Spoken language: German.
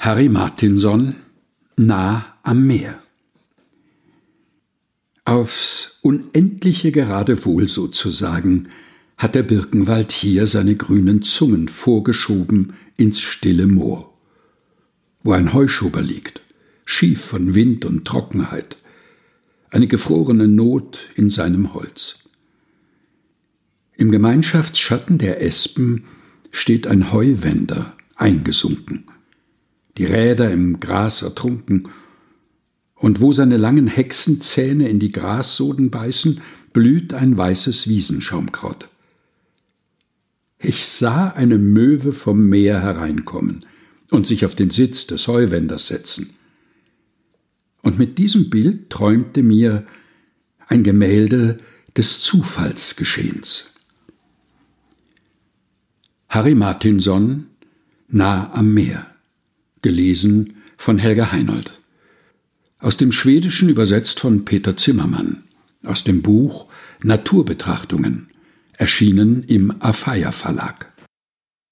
Harry Martinson, Nah am Meer. Aufs unendliche Geradewohl sozusagen hat der Birkenwald hier seine grünen Zungen vorgeschoben ins stille Moor, wo ein Heuschober liegt, schief von Wind und Trockenheit, eine gefrorene Not in seinem Holz. Im Gemeinschaftsschatten der Espen steht ein Heuwender, eingesunken, die Räder im Gras ertrunken, und wo seine langen Hexenzähne in die Grassoden beißen, blüht ein weißes Wiesenschaumkraut. Ich sah eine Möwe vom Meer hereinkommen und sich auf den Sitz des Heuwenders setzen. Und mit diesem Bild träumte mir ein Gemälde des Zufallsgeschehens. Harry Martinson, Nah am Meer. Gelesen von Helga Heinold. Aus dem Schwedischen übersetzt von Peter Zimmermann. Aus dem Buch Naturbetrachtungen, erschienen im Afeier Verlag.